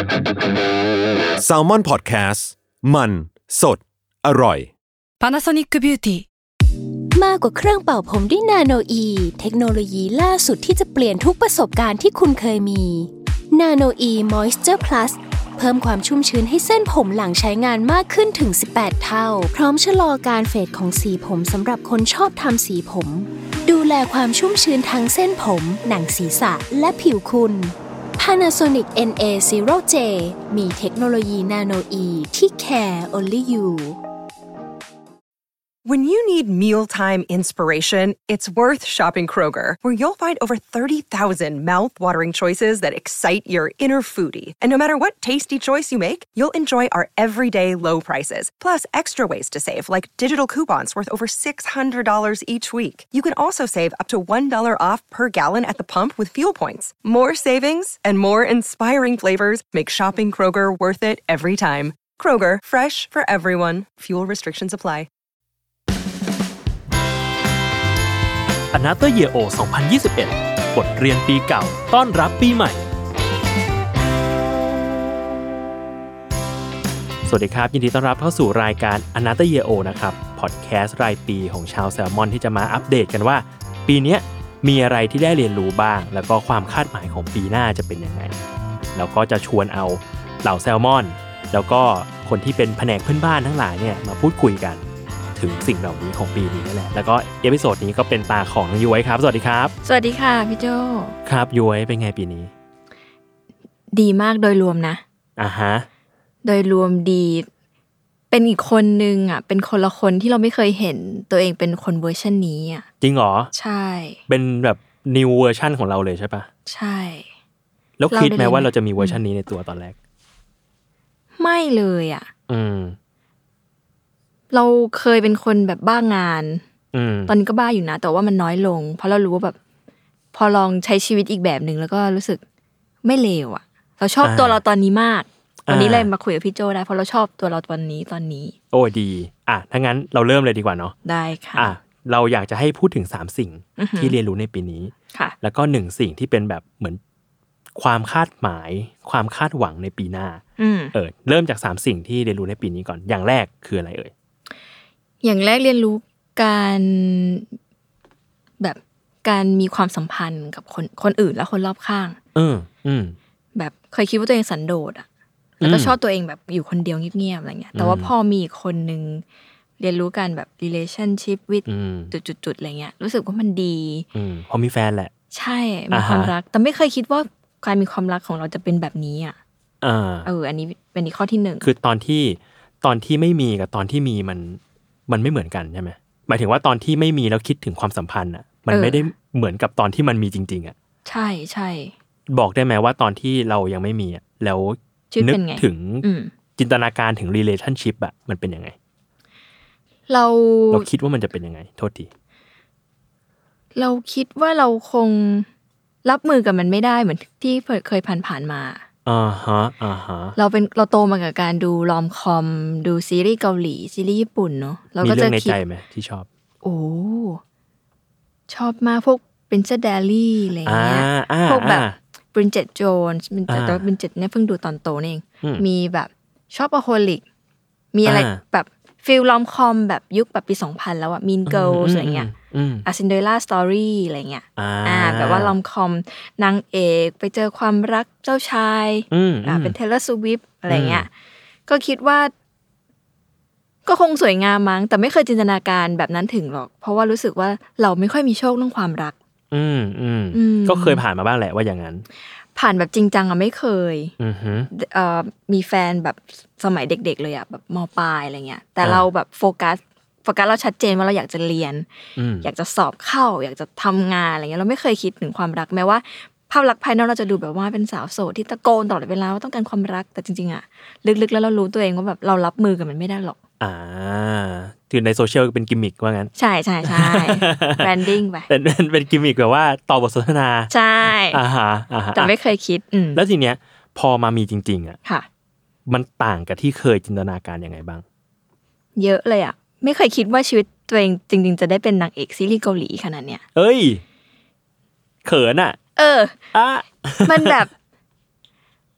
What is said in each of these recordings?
Salmon Podcast มันสดอร่อย Panasonic Beauty มากกว่าเครื่องเป่าผมด้วยนาโนอีเทคโนโลยีล่าสุดที่จะเปลี่ยนทุกประสบการณ์ที่คุณเคยมีนาโนอีมอยส์เจอร์พลัสเพิ่มความชุ่มชื้นให้เส้นผมหลังใช้งานมากขึ้นถึง18เท่าพร้อมชะลอการเฟดของสีผมสำหรับคนชอบทำสีผมดูแลความชุ่มชื้นทั้งเส้นผมหนังศีรษะและผิวคุณ Panasonic NA0J มีเทคโนโลยีนาโนอีที่ care only you When you need mealtime inspiration, it's worth shopping Kroger, where you'll find over 30,000 mouth-watering choices that excite your inner foodie. And no matter what tasty choice you make, you'll enjoy our everyday low prices, plus extra ways to save, like digital coupons worth over $600 each week. You can also save up to $1 off per gallon at the pump with fuel points. More savings and more inspiring flavors make shopping Kroger worth it every time. Kroger, fresh for everyone. Fuel restrictions apply. Another Year O 2021 บทเรียนปีเก่าต้อนรับปีใหม่สวัสดีครับยินดีต้อนรับเข้าสู่รายการ Another Year O นะครับพอดแคสต์รายปีของชาวแซลมอนที่จะมาอัปเดตกันว่าปีนี้มีอะไรที่ได้เรียนรู้บ้างแล้วก็ความคาดหมายของปีหน้าจะเป็นยังไงแล้วก็จะชวนเอาเหล่าแซลมอนแล้วก็คนที่เป็นแผนกเพื่อนบ้านทั้งหลายเนี่ยมาพูดคุยกันถึงสิ่งเหล่านี้ของปีนี้นั่นแหละแล้วก็เอพิโซดนี้ก็เป็นตาของน้องย้วยครับสวัสดีครับสวัสดีค่ะพี่โจครับย้วยเป็นไงปีนี้ดีมากโดยรวมนะฮะโดยรวมดีเป็นอีกคนนึงอ่ะเป็นคนละคนที่เราไม่เคยเห็นตัวเองเป็นคนเวอร์ชันนี้อ่ะจริงเหรอใช่เป็นแบบ new version ของเราเลยใช่ปะใช่แล้วคิดไหมว่าเราจะมีเวอร์ชันนี้ในตัวตอนแรกไม่เลยอ่ะเราเคยเป็นคนแบบบ้างานตอนนี้ก็บ้าอยู่นะแต่ว่ามันน้อยลงเพราะเรารู้ว่าแบบพอลองใช้ชีวิตอีกแบบนึงแล้วก็รู้สึกไม่เลวอ่ะเราชอบตัวเราตอนนี้มากวันนี้เลยมาคุยกับพี่โจได้เพราะเราชอบตัวเราตอนนี้โอ้ดีถ้างั้นเราเริ่มเลยดีกว่าเนาะได้ค่ะเราอยากจะให้พูดถึง3สิ่งที่เรียนรู้ในปีนี้แล้วก็1สิ่งที่เป็นแบบเหมือนความคาดหมายความคาดหวังในปีหน้าเริ่มจาก3สิ่งที่เรียนรู้ในปีนี้ก่อนอย่างแรกคืออะไรเอ่ยอย่างแรกเรียนรู้การแบบการมีความสัมพันธ์กับคนอื่นและคนรอบข้างแบบเคยคิดว่าตัวเองสันโดษอ่ะแล้วก็ชอบตัวเองแบบอยู่คนเดียวเงียบๆอะไรเงี้ยแต่ว่าพอมีคนนึงเรียนรู้กันแบบ relationship with จุดๆอะไรเงี้ยรู้สึกว่ามันดีพอมีแฟนแหละใช่มีความรักแต่ไม่เคยคิดว่าการมีความรักของเราจะเป็นแบบนี้อ่ะอันนี้เป็นข้อที่1 คือตอนที่ไม่มีกับตอนที่มีมันไม่เหมือนกันใช่ไหมหมายถึงว่าตอนที่ไม่มีแล้วคิดถึงความสัมพันธ์อ่ะมันไม่ได้เหมือนกับตอนที่มันมีจริงๆอ่ะใช่ใช่บอกได้ไหมว่าตอนที่เรายังไม่มีอ่ะแล้วนึกถึงจินตนาการถึง relationship อ่ะมันเป็นยังไงเราคิดว่ามันจะเป็นยังไงโทษทีเราคิดว่าเราคงรับมือกับมันไม่ได้เหมือนที่เคยผ่านมาเราโตมากับการดูรอมคอมดูซีรีส์เกาหลีซีรีส์ญี่ปุ่นเนาะเราก็จะคิดมีเรื่องในใจไหมที่ชอบชอบมากพวก Princess Diary อะไรเงี้ยพวกแบบ Bridget Jones แต่ว่า Bridget เนี่ยเพิ่งดูตอนโตเองมีแบบชอบAholicมีอะไรแบบฟีลรอมคอมแบบยุคแบบปี 2000 แล้วอะ Mean Girls อะไรเงี้ยCinderella Story อะไรเงี้ยแบบว่ารอมคอมนางเอกไปเจอความรักเจ้าชายเป็น Taylor Swift อะไรเงี้ยก็คิดว่าก็คงสวยงามมั้งแต่ไม่เคยจินตนาการแบบนั้นถึงหรอกเพราะว่ารู้สึกว่าเราไม่ค่อยมีโชคเรื่องความรักก็เคยผ่านมาบ้างแหละว่าอย่างนั้นผ่านแบบจริงจังอะไม่เคยมีแฟนแบบสมัยเด็กๆเลยอะแบบม.ปลายอะไรเงี้ยแต่เราแบบโฟกัสเราชัดเจนว่าเราอยากจะเรียนอยากจะสอบเข้าอยากจะทำงานอะไรเงี้ยเราไม่เคยคิดถึงความรักแม้ว่าภาพลักษณ์ภายนอกเราจะดูแบบว่าเป็นสาวโสดที่ตะโกนตลอดเวลาว่าต้องการความรักแต่จริงๆอะลึกๆแล้วเรารู้ตัวเองว่าแบบเรารับมือกับมันไม่ได้หรอกคือในโซเชียลเป็นกิมมิคว่างั้นใช่แบรนดิ้งไปเป็นกิมมิคแบบว่าต่อบทสนทนาใช่แต่ไม่เคยคิดแล้วทีเนี้ยพอมามีจริงๆอ่ะค่ะมันต่างกับที่เคยจินตนาการยังไงบ้างเยอะเลยอ่ะไม่เคยคิดว่าชีวิตตัวเองจริงๆจะได้เป็นนางเอกซีรีส์เกาหลีขนาดเนี้ยเอ้ยเขินอ่ะมันแบบ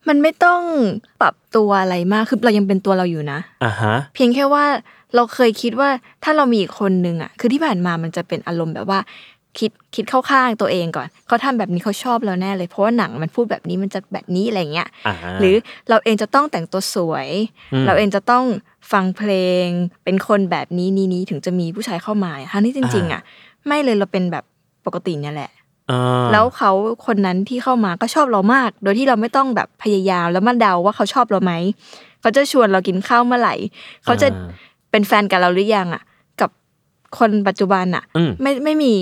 มันไม่ต้องปรับตัวอะไรมากคือเรายังเป็นตัวเราอยู่นะเพียงแค่ว่าเราเคยคิดว่าถ้าเรามีอีกคนนึงอ่ะคือที่ผ่านมามันจะเป็นอารมณ์แบบว่าคิดเข้าข้างตัวเองก่อนเขาทำแบบนี้เขาชอบเราแน่เลยเพราะว่าหนังมันพูดแบบนี้มันจะแบบนี้อะไรเงี้ยหรือเราเองจะต้องแต่งตัวสวยเราเองจะต้องฟังเพลงเป็นคนแบบนี้ถึงจะมีผู้ชายเข้ามาทั้งที่จริงๆอ่ะไม่เลยเราเป็นแบบปกติเนี่ยแหละแล้วเขาคนนั้นที่เข้ามาก็ชอบเรามากโดยที่เราไม่ต้องแบบพยายามแล้วมาเดาว่าเขาชอบเราไหมเขาจะชวนเรากินข้าวเมื่อไหร่เขาจะเป็นแฟนกับเราหรือยังอ่ะกับคนปัจจุบันอ่ะไม่มี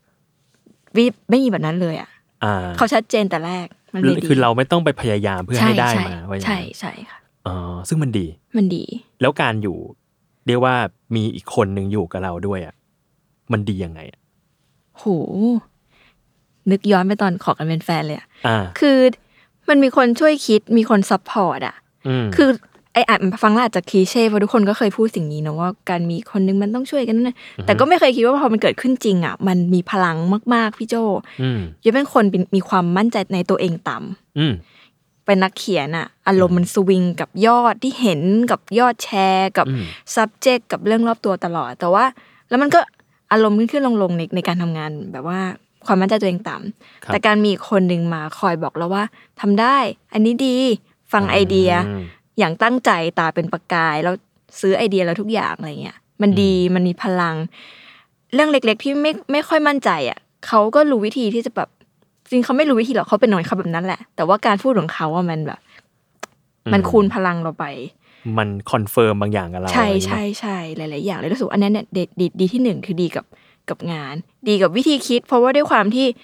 แบบนั้นเลยอ่ะเขาชัดเจนแต่แรกมันเลยดีคือเราไม่ต้องไปพยายามเพื่อให้ได้มาใช่ใช่ค่ะซึ่งมันดีแล้วการอยู่เรียกว่ามีอีกคนนึงอยู่กับเราด้วยอ่ะมันดียังไงอ่ะโหนึกย้อนไปตอนขอกันเป็นแฟนเลยอ่ะคือมันมีคนช่วยคิดมีคนซัพพอร์ตอ่ะคือไอ้อ่านฟังแล้วอาจจะคลีเช่เพราะทุกคนก็เคยพูดสิ่งนี้นะว่าการมีคนนึงมันต้องช่วยกันนะแต่ก็ไม่เคยคิดว่าพอมันเกิดขึ้นจริงอ่ะมันมีพลังมากๆพี่โจยศเป็นคนมีความมั่นใจในตัวเองต่ำเป็นนักเขียนอ่ะอารมณ์มันสวิงกับยอดที่เห็นกับยอดแชร์กับ subject กับเรื่องรอบตัวตลอดแต่ว่าแล้วมันก็อารมณ์ขึ้นลงในการทำงานแบบว่าความมั่นใจตัวเองต่ำแต่การมีคนนึงมาคอยบอกเราว่าทำได้อันนี้ดีฟังไอเดียอย่างตั้งใจตาเป็นประกายแล้วซื้อไอเดียแล้วทุกอย่างอะไรเงี้ยมันดีมันมีพลังเรื่องเล็กๆที่ไม่ค่อยมั่นใจอ่ะเขาก็รู้วิธีที่จะแบบจริงเขาไม่รู้วิธีหรอกเขาเป็นหน่อยเขาแบบนั้นแหละแต่ว่าการพูดของเขาว่ามันแบบมันคูณพลังเราไปมันคอนเฟิร์มบางอย่างกับเราใช่หลายๆอย่างเลยรู้สึกอันนั้นเนี่ยดีที่หนึ่งคือดีกับงานดีกับวิธีคิดเพราะว่าด้วยความที่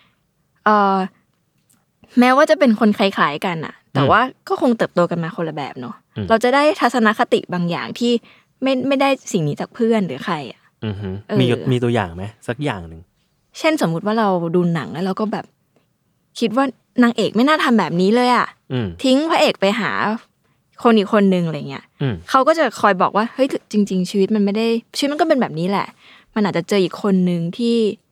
แม้ว่าจะเป็นคนคล้ายๆกันอ่ะแต่ว่าก็คงเติบโตกันมาคนละแบบเนาะเราจะได้ทัศนคติบางอย่างที่ไม่ได้สิ่งนี้จากเพื่อนหรือใครอ่ะมีตัวอย่างไหมสักอย่างนึงเช่นสมมุติว่าเราดูหนังแล้วเราก็แบบคิดว่านางเอกไม่น่าทำแบบนี้เลยอ่ะทิ้งพระเอกไปหาคนอีกคนนึงอะไรเงี้ยเขาก็จะคอยบอกว่าเฮ้ยจริงๆชีวิตมันไม่ได้ชีวิตมันก็เป็นแบบนี้แหละมันอาจจะเจออีกคนนึงที่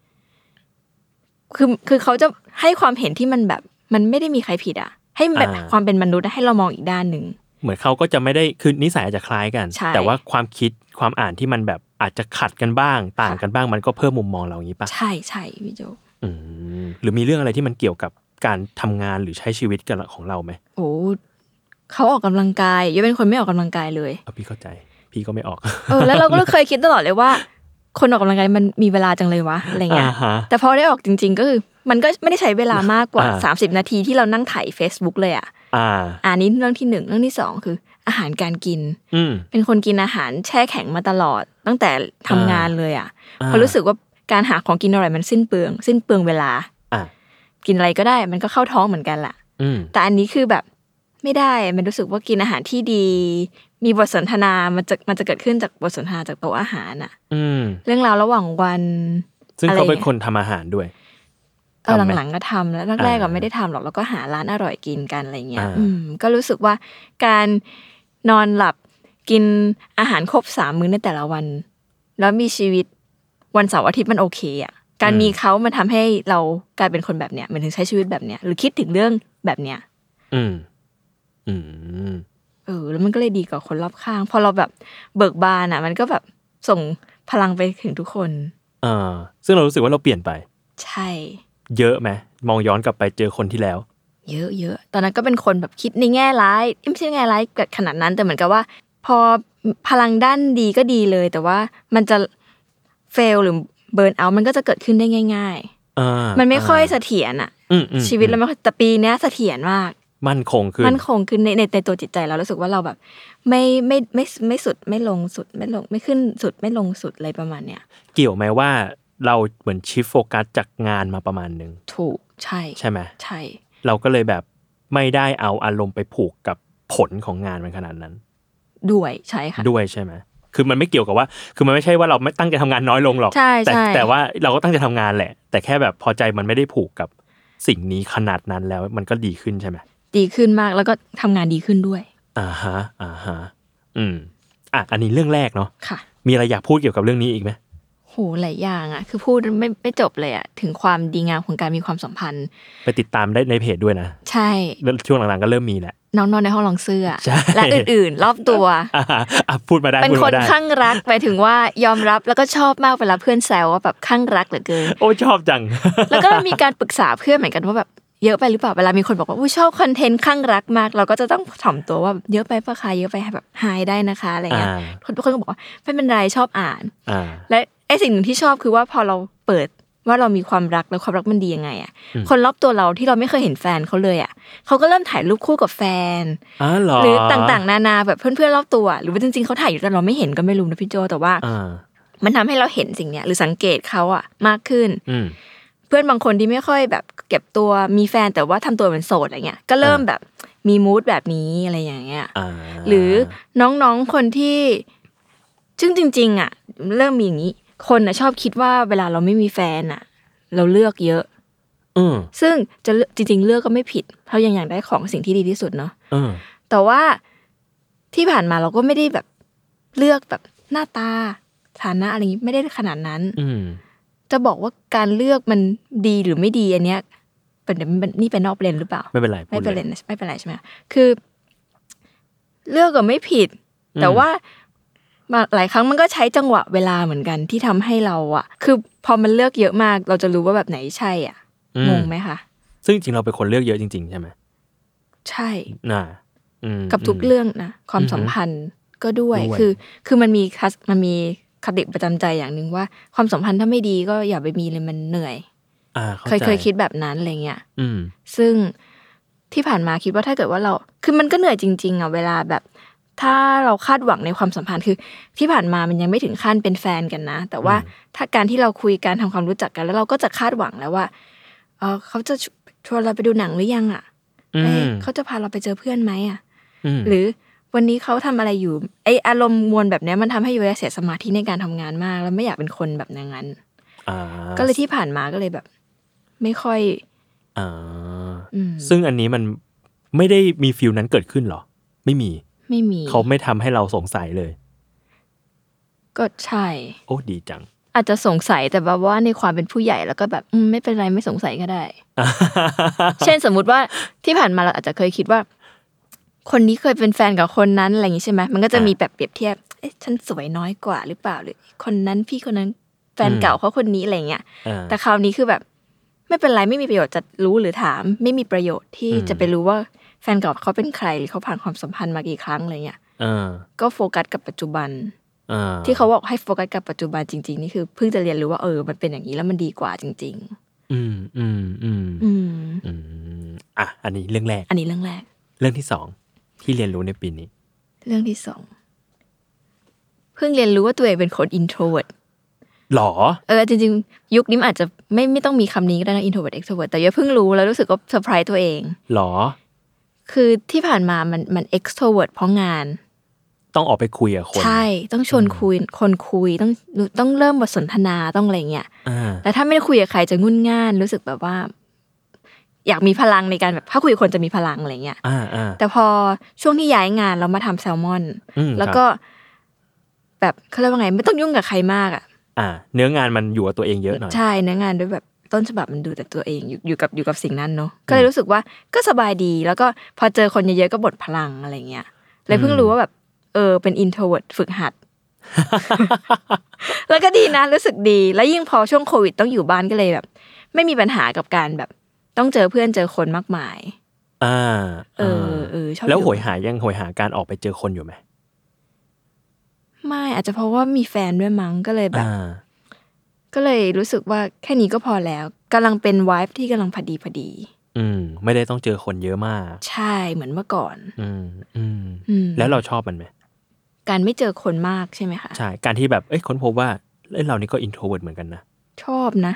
คือเขาจะให้ความเห็นที่มันแบบมันไม่ได้มีใครผิดอ่ะให้แบบความเป็นมนุษย์ให้เรามองอีกด้านนึงเหมือนเขาก็จะไม่ได้คือนิสัยอาจจะคล้ายกันแต่ว่าความคิดความอ่านที่มันแบบอาจจะขัดกันบ้างต่างกันบ้างมันก็เพิ่มมุมมองเราอย่างนี้ป่ะใช่พี่โจหรือมีเรื่องอะไรที่มันเกี่ยวกับการทำงานหรือใช้ชีวิตกันของเราไหมโอ้เขาออกกำลังกายยังเป็นคนไม่ออกกำลังกายเลยพี่เข้าใจพี่ก็ไม่ออกแล้วเราก็เคยคิดตลอดเลยว่าคนออกกำลังกายมันมีเวลาจังเลยวะอะไรเงี้ยแต่พอได้ออกจริงๆก็คือมันก็ไม่ได้ใช้เวลามากกว่า30นาทีที่เรานั่งถ่าย Facebook เลยอ่ะนี้เรื่องที่1เรื่องที่2คืออาหารการกินเป็นคนกินอาหารแช่แข็งมาตลอดตั้งแต่ทำงานเลยอ่ะพอรู้สึกว่าการหาของกินอร่อยมันสิ้นเปลืองเวลากินอะไรก็ได้มันก็เข้าท้องเหมือนกันแหละแต่อันนี้คือแบบไม่ได้มันรู้สึกว่ากินอาหารที่ดีมีบทสนทนามันจะเกิดขึ้นจากบทสนทนาจากโต๊ะอาหารอ่ะเรื่องราวระหว่างวันซึ่งเขาเป็นคนทำอาหารด้วยหลังๆก็ทำแล้วแรกๆก็ไม่ได้ทำหรอกแล้วก็หาร้านอร่อยกินกันอะไรเงี้ยก็รู้สึกว่าการนอนหลับกินอาหารครบ3 มื้อในแต่ละวันแล้วมีชีวิตวันเสาร์อาทิตย์มันโอเคอ่ะการมีเขามันทำให้เรากลายเป็นคนแบบเนี้ยเหมือนถึงใช้ชีวิตแบบเนี้ยหรือคิดถึงเรื่องแบบเนี้ยแล้วมันก็เลยดีกับคนรอบข้างพอเราแบบเบิกบานอ่ะมันก็แบบส่งพลังไปถึงทุกคนซึ่งเรารู้สึกว่าเราเปลี่ยนไปใช่เยอะไหมมองย้อนกลับไปเจอคนที่แล้วเยอะตอนนั้นก็เป็นคนแบบคิดในแง่ร้ายไม่ใช่แง่ร้ายขนาดนั้นแต่เหมือนกับว่าพอพลังด้านดีก็ดีเลยแต่ว่ามันจะเฟลหรือเบิร์นเอาท์มันก็จะเกิดขึ้นได้ง่ายๆมันไม่ค่อยเสถียรอ่ะชีวิตเราไม่ค่อยแต่ปีนี้เสถียรมากมั่นคงขึ้นในตัวจิตใจเรารู้สึกว่าเราแบบไม่สุดไม่ลงสุดไม่ลงไม่ขึ้นสุดไม่ลงสุดอะไรประมาณเนี้ยเกี่ยวไหมว่าเราเหมือนชิฟโฟกัสจากงานมาประมาณนึงถูกใช่ไหมใช่เราก็เลยแบบไม่ได้เอาอารมณ์ไปผูกกับผลของงานมันขนาดนั้นด้วยใช่ค่ะด้วยใช่ไหมคือมันไม่เกี่ยวกับว่าคือมันไม่ใช่ว่าเราไม่ตั้งใจทำงานน้อยลงหรอกแต่ว่าเราก็ตั้งใจทำงานแหละแต่แค่แบบพอใจมันไม่ได้ผูกกับสิ่งนี้ขนาดนั้นแล้วมันก็ดีขึ้นใช่ไหมดีขึ้นมากแล้วก็ทำงานดีขึ้นด้วยอันนี้เรื่องแรกเนาะค่ะมีอะไรอยากพูดเกี่ยวกับเรื่องนี้อีกไหมโหหลายอย่างอ่ะคือพูดไม่จบเลยอ่ะถึงความดีงามของการมีความสัมพันธ์ไปติดตามได้ในเพจด้วยนะใช่ช่วงหลังๆก็เริ่มมีแหละน้องนอนในห้องรองเสื้อและอื่นๆรอบตัวพูดมาได้เป็นคนข้างรักไปถึงว่ายอมรับแล้วก็ชอบมากเวลาเพื่อนแซวว่าแบบข้างรักเหลือเกินโอ้ชอบจังแล้วก็มีการปรึกษาเพื่อนเหมือนกันว่าแบบเยอะไปหรือเปล่าเวลามีคนบอกว่าชอบคอนเทนต์ข้างรักมากเราก็จะต้องถ่อมตัวว่าเยอะไปป่ะคะเยอะไปแบบหายได้นะคะอะไรเงี้ยทุกคนก็บอกว่าไม่เป็นไรชอบอ่านและไอ้สิ่งหนึ่งที่ชอบคือว่าพอเราเปิดว่าเรามีความรักแล้วความรักมันดียังไงอ่ะคนรอบตัวเราที่เราไม่เคยเห็นแฟนเขาเลยอ่ะเขาก็เริ่มถ่ายรูปคู่กับแฟนหรือต่างๆนานาแบบเพื่อนๆรอบตัวหรือว่าจริงๆเขาถ่ายอยู่แต่เราไม่เห็นก็ไม่รู้นะพี่โจแต่ว่ามันทำให้เราเห็นสิ่งเนี้ยหรือสังเกตเขาอ่ะมากขึ้นเพื่อนบางคนที่ไม่ค่อยแบบเก็บตัวมีแฟนแต่ว่าทำตัวเป็นโสดอะไรเงี้ยก็เริ่มแบบมีมูดแบบนี้อะไรอย่างเงี้ยหรือน้องๆคนที่ซึ่งจริงๆอ่ะเริ่มมีอย่างนี้คนน่ะชอบคิดว่าเวลาเราไม่มีแฟนอ่ะเราเลือกเยอะซึ่งจะจริงๆเลือกก็ไม่ผิดเพราะยังอยากได้ของสิ่งที่ดีที่สุดเนาะแต่ว่าที่ผ่านมาเราก็ไม่ได้แบบเลือกแบบหน้าตาฐานะอะไรอย่างงี้ไม่ได้ขนาดนั้นจะบอกว่าการเลือกมันดีหรือไม่ดีอันเนี้ยนี่เป็นนอกประเด็นหรือเปล่าไม่เป็นไรไม่เป็นไรใช่ไหมคือเลือกก็ไม่ผิดแต่ว่าหลายครั้งมันก็ใช้จังหวะเวลาเหมือนกันที่ทำให้เราอ่ะคือพอมันเลือกเยอะมากเราจะรู้ว่าแบบไหนใช่อ่ะงงไหมคะซึ่งจริงเราเป็นคนเลือกเยอะจริงๆใช่ไหมใช่กับทุกเรื่องนะความสัมพันธ์ก็ด้วยคือมันมีคติประจำใจอย่างนึงว่าความสัมพันธ์ถ้าไม่ดีก็อย่าไปมีเลยมันเหนื่อยเคยคิดแบบนั้นอะไรเงี้ยซึ่งที่ผ่านมาคิดว่าถ้าเกิดว่าเราคือมันก็เหนื่อยจริงๆอ่ะเวลาแบบถ้าเราคาดหวังในความสัมพันธ์คือที่ผ่านมามันยังไม่ถึงขั้นเป็นแฟนกันนะแต่ว่าถ้าการที่เราคุยกันทำความรู้จักกันแล้วเราก็จะคาดหวังแล้วว่าเขาจะชวนเราไปดูหนังหรือยังอ่ะเขาจะพาเราไปเจอเพื่อนไหมอ่ะหรือวันนี้เขาทำอะไรอยู่ไออารมณ์มวลแบบนี้มันทำให้ยูเสียสมาธิในการทำงานมากแล้วไม่อยากเป็นคนแบบนั้นก็เลยที่ผ่านมาก็เลยแบบไม่ค่อยซึ่งอันนี้มันไม่ได้มีฟีลนั้นเกิดขึ้นหรอไม่มีเขาไม่ทำให้เราสงสัยเลยก็ใช่โอ้ดีจังอาจจะสงสัยแต่แบบว่าในความเป็นผู้ใหญ่แล้วก็แบบไม่เป็นไรไม่สงสัยก็ได้ เช่นสมมุติว่าที่ผ่านมาเราอาจจะเคยคิดว่าคนนี้เคยเป็นแฟนกับคนนั้นอะไรอย่างนี้ใช่ไหมมันก็จะมีแบบเปรียบเทียบฉันสวยน้อยกว่าหรือเปล่าหรือคนนั้นพี่คนนั้นแฟนเก่าเขาคนนี้อะไรเงี้ยแต่คราวนี้คือแบบไม่เป็นไรไม่มีประโยชน์จะรู้หรือถามไม่มีประโยชน์ที่จะไปรู้ว่าแฟนเก่าเขาเป็นใครหรือเขาผ่านความสัมพันธ์มากี่ครั้งอะไรเงี้ยก็โฟกัสกับปัจจุบันที่เขาบอกให้โฟกัสกับปัจจุบันจริงๆนี่คือเพิ่งจะเรียนรู้ว่ามันเป็นอย่างนี้แล้วมันดีกว่าจริงๆอันนี้เรื่องแรกเรื่องที่2ที่เรียนรู้ในปีนี้เรื่องที่2เพิ่งเรียนรู้ว่าตัวเองเป็นคน introvert หรอจริงๆยุคนี้อาจจะไม่ต้องมีคำนี้ก็ได้นะ introvert extrovert แต่เพิ่งรู้แล้วรู้สึกว่าเซอร์ไพรส์ตัวเองหรอคือที่ผ่านมามัน extrovert เพราะงานต้องออกไปคุยกับคนใช่ต้องชวนคุยคนคุยต้องเริ่มบทสนทนาต้องอะไรเงี้ยแต่ถ้าไม่ได้คุยกับใครจะงุ่นง่านรู้สึกแบบว่าอยากมีพลังในการแบบถ้าคุยกับคนจะมีพลังอะไรเงี้ยแต่พอช่วงที่ย้ายงานเรามาทำแซลมอนแล้วก็แบบเขาเรียกว่าไงไม่ต้องยุ่งกับใครมากเนื้องานมันอยู่กับตัวเองเยอะหน่อยใช่เนื้องานด้วยแบบต้นฉบับมันดูแต่ตัวเองอยู่กับสิ่งนั้นเนาะก็เลยรู้สึกว่าก็สบายดีแล้วก็พอเจอคนเยอะๆก็บดพลังอะไรเงี้ยเลยเพิ่งรู้ว่าแบบเป็น introvert ฝึกหัด แล้วก็ดีนะรู้สึกดีแล้วยิ่งพอช่วงโควิดต้องอยู่บ้านก็เลยแบบไม่มีปัญหากับการแบบต้องเจอเพื่อนเจอคนมากมายชอบแล้วโหยหาการออกไปเจอคนอยู่ไหมไม่อาจจะเพราะว่ามีแฟนด้วยมั้งก็เลยแบบก็เลยรู้สึกว่าแค่นี้ก็พอแล้วกำลังเป็นไวฟ์ที่กำลังพอดีไม่ได้ต้องเจอคนเยอะมากใช่เหมือนเมื่อก่อนแล้วเราชอบมันไหมการไม่เจอคนมากใช่ไหมคะใช่การที่แบบค้นพบว่าเรานี่ก็ introvert เหมือนกันนะชอบนะ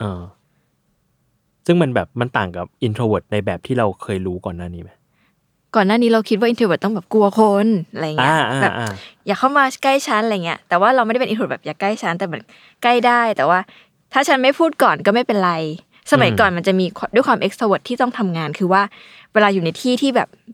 ซึ่งมันแบบมันต่างกับ introvert ในแบบที่เราเคยรู้ก่อนหน้านี้ไหมก่อนหน้านี้เราคิดว่า introvert ต้องแบบกลัวคนอะไรเงี้ยแบบอย่าเข้ามาใกล้ฉันอะไรเงี้ยแต่ว่าเราไม่ได้เป็น introvert แบบอย่าใกล้ฉันแต่มันใกล้ได้แต่ว่าถ้าฉันไม่พูดก่อนก็ไม่เป็นไรสมัยก่อนมันจะมีด้วยความ extrovert ที่ต้องทำงานคือว่าเวลาอยู่ในที่ที่แบบ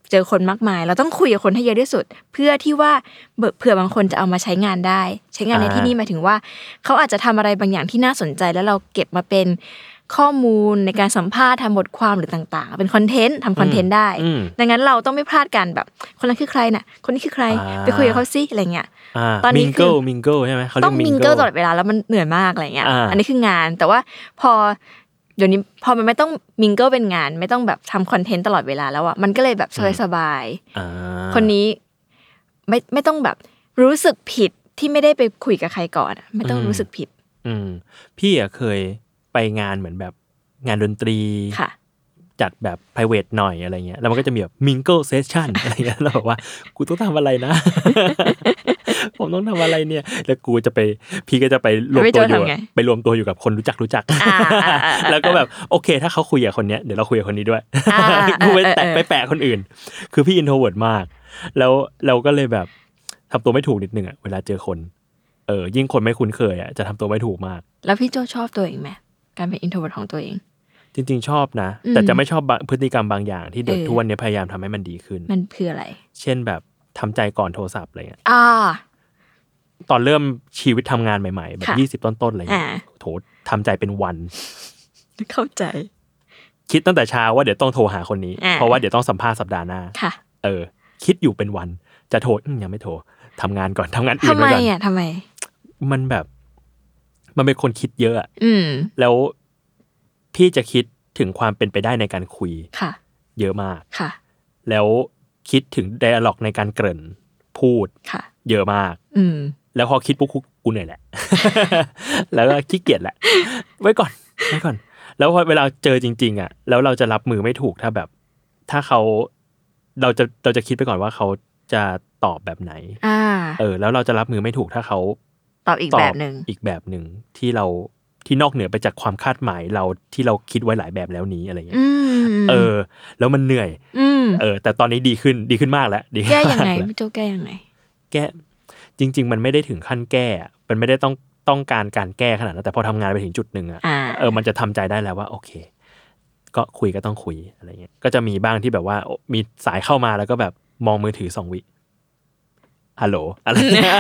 เจอคนมากมายเราต้องคุยกับคนให้เยอะที่สุดเพื่อที่ว่าเผื่อบางคนจะเอามาใช้งานได้ใช้งานในที่นี่หมายถึงว่าเขาอาจจะทำอะไรบางอย่างที่น่าสนใจแล้วเราเก็บมาเป็นข้อมูลในการสัมภาษณ์ทำบทความหรือต่างๆเป็นคอนเทนต์ทำคอนเทนต์ได้ดังนั้นเราต้องไม่พลาดกันแบบคนนั้นคือใครน่ะคนนี้คือใครไปคุยกับเขาซิอะไรเงี้ยตอนนี้คือมิงเกิลใช่ไหมเขาเรียกมิงเกิลตลอดเวลาแล้วมันเหนื่อยมากอะไรเงี้ยอันนี้คืองานแต่ว่าพอเดี๋ยวนี้พอมันไม่ต้องมิงเกิลเป็นงานไม่ต้องแบบทำคอนเทนต์ตลอดเวลาแล้วอ่ะมันก็เลยแบบสบายๆคนนี้ไม่ต้องแบบรู้สึกผิดที่ไม่ได้ไปคุยกับใครก่อนไม่ต้องรู้สึกผิดพี่อ่ะเคยไปงานเหมือนแบบงานดนตรีจัดแบบ private หน่อยอะไรเงี้ยแล้วมันก็จะมีแบบ mingle session อะไรเงี้ยเราบอกว่ากูต้องทำอะไรนะ ผมต้องทำอะไรเนี่ยแล้วกูจะไปพี่ก็จะไปรวมตัวอยู่กับคนรู้จักแล้วก็แบบโอเคถ้าเขาคุยกับคนเนี้ยเดี๋ยวเราคุยกับคนนี้ด้วยกูไปแปะคนอื่นคือพี่ introvert มากแล้วเราก็เลยแบบทำตัวไม่ถูกนิดนึงอ่ะเวลาเจอคนยิ่งคนไม่คุ้นเคยอ่ะจะทำตัวไม่ถูกมากแล้วพี่โจชอบตัวเองไหมการเป็น introvert ของตัวเองจริงๆชอบนะแต่จะไม่ชอบพฤติกรรมบางอย่างที่เด็กทุกวันนี้พยายามทำให้มันดีขึ้นมันคืออะไรเช่นแบบทำใจก่อนโทรศัพท์อะไรเงี้ยตอนเริ่มชีวิตทำงานใหม่ๆแบบ20ต้นๆอะไรเงี้ยโถทำใจเป็นวันเข้าใจคิดตั้งแต่เช้าว่าเดี๋ยวต้องโทรหาคนนี้เพราะว่าเดี๋ยวต้องสัมภาษณ์สัปดาห์หน้าคิดอยู่เป็นวันจะโทรยังไม่โทรทำงานก่อนทำงานอื่นไปก่อนทำไมมันแบบมันเป็นคนคิดเยอะแล้วพี่จะคิดถึงความเป็นไปได้ในการคุยเยอะมากแล้วคิดถึงไดอะล็อกในการเกริ่นพูดเยอะมากแล้วพอคิดปุ๊บกูเหนื่อยแหละ แล้วก็ขี้เกียจแหละไว้ก่อนแล้วพอเวลาเจอจริงๆอ่ะแล้วเราจะรับมือไม่ถูกถ้าแบบถ้าเราจะคิดไปก่อนว่าเขาจะตอบแบบไหนแล้วเราจะรับมือไม่ถูกถ้าเขาตอบอีกแบบนึงที่นอกเหนือไปจากความคาดหมายเราที่เราคิดไว้หลายแบบแล้วนี้อะไรเงี้ยแล้วมันเหนื่อยแต่ตอนนี้ดีขึ้นมากแล้วแก้ยังไงพี่โจแก้ยังไงแก้จริงๆมันไม่ได้ถึงขั้นแก้มันไม่ได้ต้องการแก้ขนาดนั้นแต่พอทำงานไปถึงจุดนึงอ่ะมันจะทำใจได้แล้วว่าโอเคก็คุยก็ต้องคุยอะไรเงี้ยก็จะมีบ้างที่แบบว่ามีสายเข้ามาแล้วก็แบบมองมือถือ2 วิฮัลโหลอะไร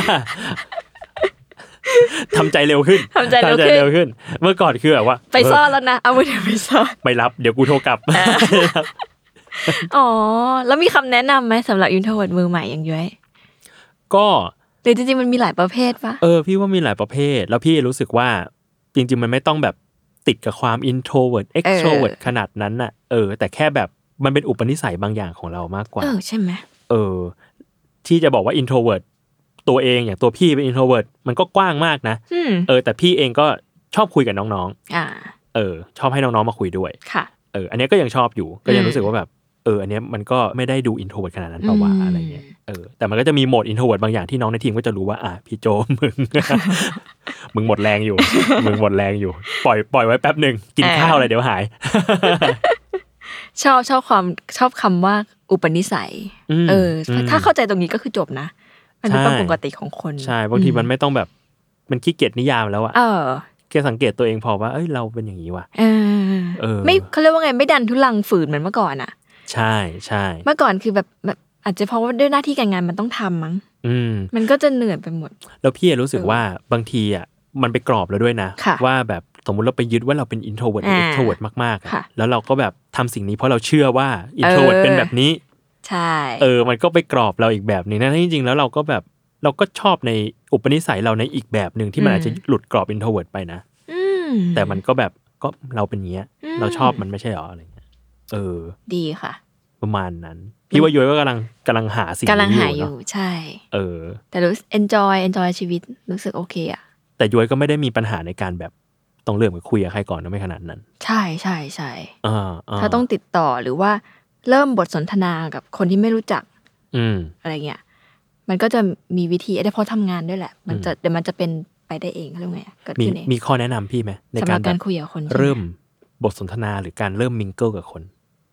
ทำใจเร็วขึ้นเมื่อก่อนคือแบบว่าไปซ่อนแล้วนะเอามือถือไปซ่อนไม่รับเดี๋ยวกูโทรกลับอ๋อแล้วมีคำแนะนำไหมสำหรับ introvert มือใหม่อย่างย้อยก็หรือจริงๆมันมีหลายประเภทปะพี่ว่ามีหลายประเภทแล้วพี่รู้สึกว่าจริงๆมันไม่ต้องแบบติดกับความ introvert extrovert ขนาดนั้นน่ะแต่แค่แบบมันเป็นอุปนิสัยบางอย่างของเรามากกว่าใช่ไหมที่จะบอกว่า introvertตัวเองอย่างตัวพี่เป็น introvert มันก็กว้างมากนะแต่พี่เองก็ชอบคุยกับน้องๆชอบให้น้องๆมาคุยด้วยค่ะอันนี้ก็ยังชอบอยู่ก็ยังรู้สึกว่าแบบอันนี้มันก็ไม่ได้ดู introvert ขนาดนั้นป่าวอะไรเงี้ยแต่มันก็จะมีโหมด introvert บางอย่างที่น้องในทีมก็จะรู้ว่าพี่โจมึงหมดแรงอยู่ปล่อยไว้แป๊บนึงกินข้าวอะไรเดี๋ยวหายชอบคำว่าอุปนิสัยถ้าเข้าใจตรงนี้ก็คือจบนะมันเป็นปกติของคนใช่บางทีมันไม่ต้องแบบมันขี้เกียจนิยามแล้วอะแค่สังเกตตัวเองพอว่าเราเป็นอย่างนี้ว่ะไม่เขาเรียกว่าไงไม่ดันทุลังฝืนเหมือนเมื่อก่อนอะใช่ใช่เมื่อก่อนคือแบบอาจจะเพราะว่าด้วยหน้าที่การงานมันต้องทำมั้งมันก็จะเหนื่อยไปหมดแล้วพี่รู้สึกว่าบางทีอะมันไปกรอบแล้วด้วยนะว่าแบบสมมุติเราไปยึดว่าเราเป็น introvert หรือ extrovert มากๆแล้วเราก็แบบทำสิ่งนี้เพราะเราเชื่อว่า introvert เป็นแบบนี้ใช่มันก็ไปกรอบเราอีกแบบนึงนะจริงๆแล้วเราก็แบบเราก็ชอบในอุปนิสัยเราในอีกแบบนึงที่มันอาจจะหลุดกรอบ introvert ไปนะแต่มันก็แบบก็เราเป็นอย่างเงี้ยเราชอบมันไม่ใช่หรออะไรเงี้ยดีค่ะประมาณนั้นพี่ว่าย้อยก็กำลังหาสิ่งนี้อยู่ใช่แต่รู้ enjoy ชีวิตรู้สึกโอเคอะแต่ย้อยก็ไม่ได้มีปัญหาในการแบบต้องเริ่มคุยกับใครก่อนนะไม่ขนาดนั้นใช่ใช่ใช่ถ้าต้องติดต่อหรือว่าเริ่มบทสนทนากับคนที่ไม่รู้จักอะไรเงี้ยมันก็จะมีวิธีได้เพราะทำงานด้วยแหละมันจะเดี๋ยวมันจะเป็นไปได้เองเรื่องไงเกิดขึ้นเองมีข้อแนะนำพี่ไหมในการคุยกับคนเริ่มบทสนทนาหรือการเริ่มมิงเกิลกับคน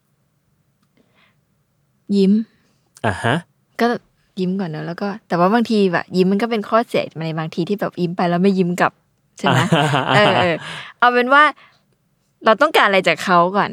ยิ้มฮะก็ยิ้มก่อนเนอะแล้วก็แต่ว่าบางทีแบบยิ้มมันก็เป็นข้อเสียในบางทีที่แบบยิ้มไปแล้วไม่ยิ้มกลับใช่ไหมเอาเป็นว่าเราต้องการอะไรจากเขาก่อน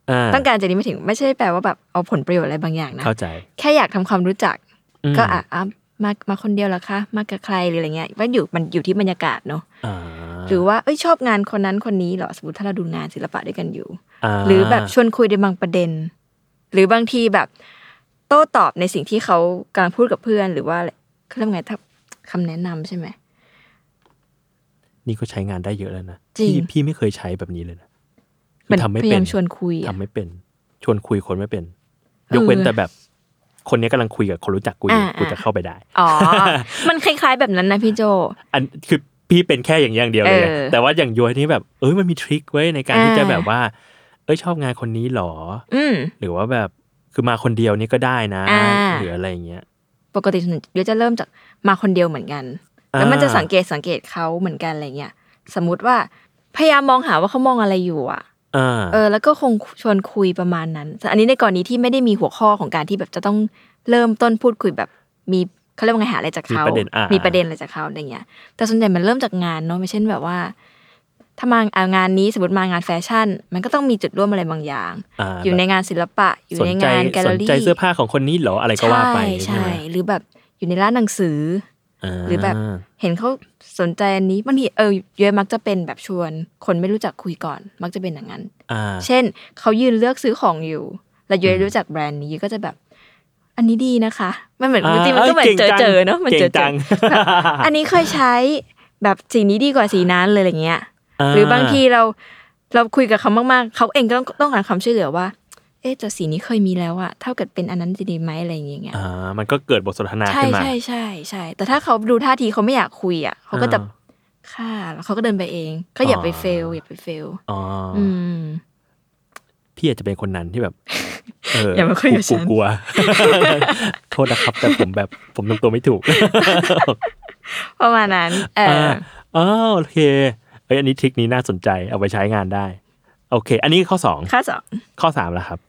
ต้องการจะนี้ไม่ใช่แปลว่าแบบเอาผลประโยชน์อะไรบางอย่างนะเข้าใจแค่อยากทำความรู้จักก็มาคนเดียวเหรอคะมากับใครหรืออะไรเงี้ยว่ามันอยู่ที่บรรยากาศเนาะหรือว่าชอบงานคนนั้นคนนี้เหรอสมมติถ้าเราดูงานศิลปะด้วยกันอยู่หรือแบบชวนคุยในบางประเด็นหรือบางทีแบบโต้ตอบในสิ่งที่เขากำลังพูดกับเพื่อนหรือว่าเขาเรียกไงถ้าคำแนะนำใช่ไหมนี่ก็ใช้งานได้เยอะแล้วนะพี่ไม่เคยใช้แบบนี้เลยนะทำไม่เป็นชวนคุยทำไม่เป็นชวนคุยคนไม่เป็นยกเว้นแต่แบบคนนี้กำลังคุยกับคนรู้จักกูจะเข้าไปได้มันคล้ายๆแบบนั้นนะพี่โจอันคือพี่เป็นแค่อย่างเดียวเลยแต่ว่าอย่างย้อยนี่แบบมันมีทริคไว้ในการที่จะแบบว่าชอบงานคนนี้หรอหรือว่าแบบคือมาคนเดียวนี่ก็ได้นะหรืออะไรอย่างเงี้ยปกติย้อยจะเริ่มจากมาคนเดียวเหมือนกันแล้วมันจะสังเกตเขาเหมือนกันอะไรเงี้ยสมมุติว่าพยายามมองหาว่าเขามองอะไรอยู่แล้วก็คงชวนคุยประมาณนั้นอันนี้ในกรณีที่ไม่ได้มีหัวข้อของการที่แบบจะต้องเริ่มต้นพูดคุยแบบมีเขาเรียกว่าไงหาอะไรจากเขามีประเด็นอะไรจากเขาอะไรเงี้ยแต่ส่วนใหญ่มันเริ่มจากงานเนาะไม่เช่นแบบว่าถ้ามางานนี้สมมติมางานแฟชั่นมันก็ต้องมีจุดร่วมอะไรบางอย่างอยู่ในงานศิลปะอยู่ในงานแกลเลอรี่สนใจเสื้อผ้าของคนนี้เหรออะไรก็ว่าไปใช่หรือแบบอยู่ในร้านหนังสือหรือแบบเห็นเขาสนใจอันนี้บางทีเยอะมักจะเป็นแบบชวนคนไม่รู้จักคุยก่อนมักจะเป็นอย่างนั้นเช่นเขายืนเลือกซื้อของอยู่แล้วเยอะรู้จักแบรนด์นี้ก็จะแบบอันนี้ดีนะคะมันเหมือนจริงมันก็เหมือนเจอเนาะมันเจออันนี้เคยใช้แบบสีนี้ดีกว่าสีนั้นเลยอะไรเงี้ยหรือบางทีเราคุยกับเขามากๆเขาเองก็ต้องการคำช่วยเหลือว่าแต่สีนี้เคยมีแล้วอะเท่ากับเป็นอันนั้นจะดีไหมอะไรอย่างเงี้ยมันก็เกิดบทสนทนาขึ้นมาใช่แต่ถ้าเขาดูท่าทีเขาไม่อยากคุยอะเขาก็จะค่ะแล้วเขาก็เดินไปเองก็อย่าไปเฟลพี่อาจจะเป็นคนนั้นที่แบบอย่ามาคุยกับฉันกลัวโทษนะครับแต่ผมทำตัวไม่ถูกประมาณนั้นโอเคอันนี้ทริคนี้น่าสนใจเอาไปใช้งานได้โอเคอันนี้ข้อ2ข้อ3แล้วครับ